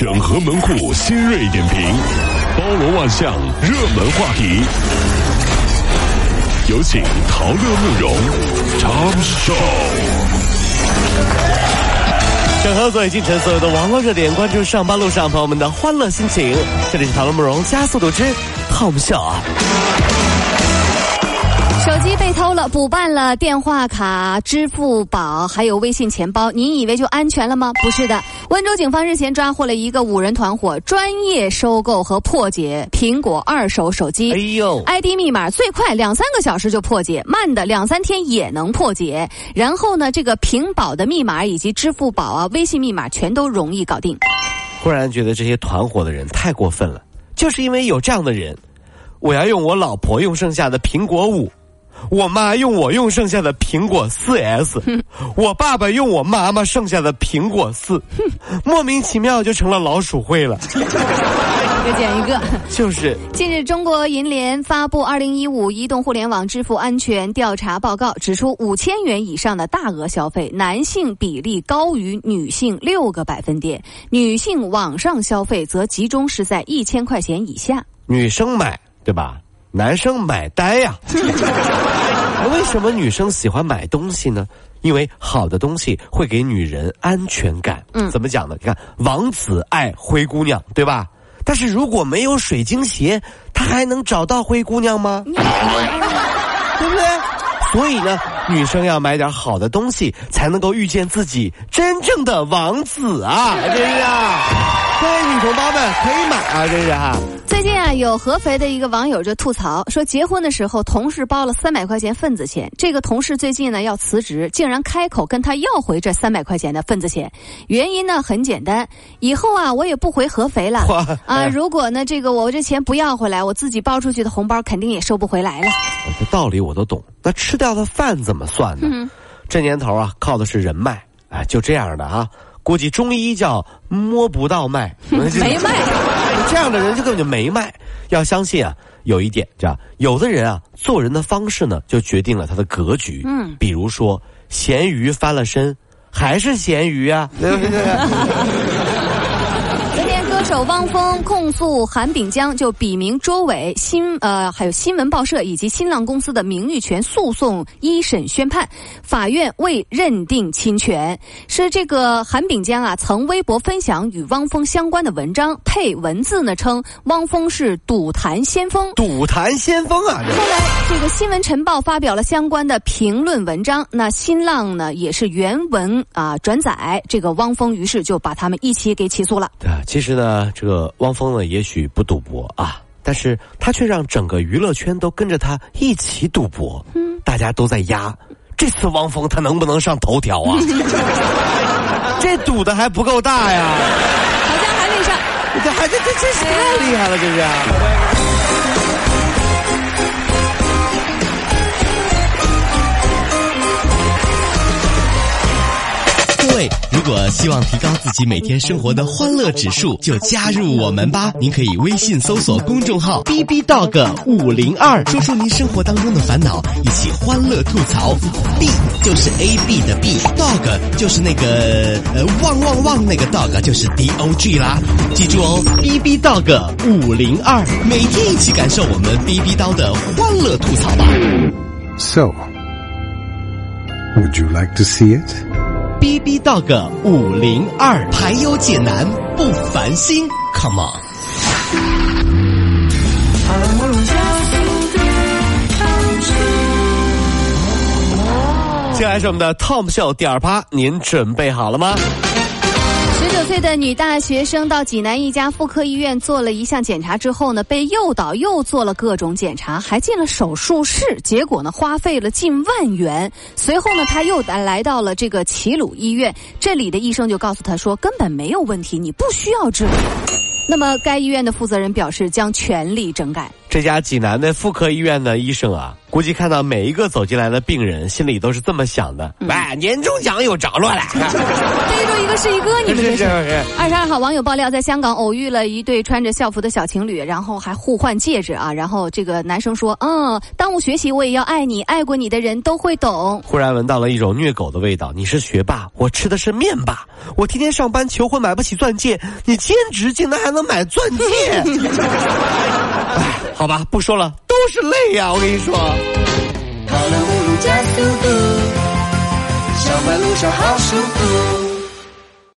整合门户新锐点评，包罗万象，热门话题。有请陶乐慕容 Tom Show。 整合所有进城所有的网络热点，关注上班路上朋友们的欢乐心情。这里是陶乐慕容加速度之 Tom Show 啊。 手机被偷了，补办了电话卡、支付宝还有微信钱包，你以为就安全了吗？不是的，温州警方日前抓获了一个5人团伙，专业收购和破解苹果二手手机。ID 密码最快2-3个小时就破解，慢的2-3天也能破解。然后呢，这个屏保的密码以及支付宝啊、微信密码全都容易搞定。 忽然觉得这些团伙的人太过分了，就是因为有这样的人，我要用我老婆用剩下的苹果5。我妈用我用剩下的苹果 4S， 我爸爸用我妈妈剩下的苹果4，莫名其妙就成了老鼠会了。 一个捡一个。 就是。 近日，中国银联发布2015移动互联网支付安全调查报告，指出5000元以上的大额消费，男性比例高于女性6个百分点，女性网上消费则集中是在1000块钱以下。 女生买，对吧？男生买单呀。为什么女生喜欢买东西呢？因为好的东西会给女人安全感。怎么讲呢？你看，王子爱灰姑娘，对吧？但是如果没有水晶鞋，他还能找到灰姑娘吗？对不对？所以呢，女生要买点好的东西，才能够遇见自己真正的王子啊！真是啊，各位女同胞们可以买啊！真是啊。 最近啊，有合肥的一个网友就吐槽说，结婚的时候同事包了300块钱份子钱，这个同事最近呢要辞职，竟然开口跟他要回这300块钱的份子钱。原因呢很简单，以后啊我也不回合肥了啊，如果呢这个我这钱不要回来，我自己包出去的红包肯定也收不回来了。 这道理我都懂，那吃掉的饭怎么算呢？这年头啊，靠的是人脉，哎，就这样的啊。估计中医叫摸不到脉， 没脉。 这样的人就根本就没脉。要相信啊，有一点，这样有的人啊，做人的方式呢，就决定了他的格局。比如说咸鱼翻了身，还是咸鱼啊，对不对？ 昨天歌手汪峰控诉韩炳江就笔名卓伟还有新闻报社以及新浪公司的名誉权诉讼一审宣判，法院未认定侵权。是这个韩炳江啊，曾微博分享与汪峰相关的文章，配文字呢称汪峰是赌坛先锋。赌坛先锋啊！后来这个新闻晨报发表了相关的评论文章，那新浪呢也是原文转载，这个汪峰于是就把他们一起给起诉了。 其实呢，这个汪峰呢，也许不赌博啊，但是他却让整个娱乐圈都跟着他一起赌博。大家都在压，这次汪峰他能不能上头条啊？这赌的还不够大呀， 好像还没上， 这是太厉害了，这是。 各位，如果希望提高自己每天生活的欢乐指数，就加入我们吧。您可以微信搜索公众号 BBDog502， 说出您生活当中的烦恼，一起欢乐吐槽。B 就是 AB 的 B，Dog 就是那个旺那个 Dog 就是 DOG 啦。记住哦 ，BBDog502， 每天一起感受我们 BB 刀的欢乐吐槽吧。 So, would you like to see it?BBDog502， 排忧解难不烦心 ，Come on！ 接下来是我们的 Tom Show 第2趴，您准备好了吗 ？19岁的女大学生到济南一家妇科医院做了一项检查之后呢，被诱导又做了各种检查，还进了手术室，结果呢花费了近万元。随后呢，她又来到了这个齐鲁医院，这里的医生就告诉她说根本没有问题，你不需要治疗。那么该医院的负责人表示将全力整改。 这家济南的妇科医院的医生啊，估计看到每一个走进来的病人，心里都是这么想的：年终奖又着落了， 逮住一个个是一个，你们这是。 是。 22号，网友爆料，在香港偶遇了一对穿着校服的小情侣，然后还互换戒指啊。然后这个男生说：“耽误学习我也要爱你，爱过你的人都会懂。” 忽然闻到了一种虐狗的味道。你是学霸，我吃的是面吧？我天天上班求婚买不起钻戒，你兼职竟然还能买钻戒？哎，好吧，不说了，都是泪呀！我跟你说。 跑了5路加速度，上班路上好舒服。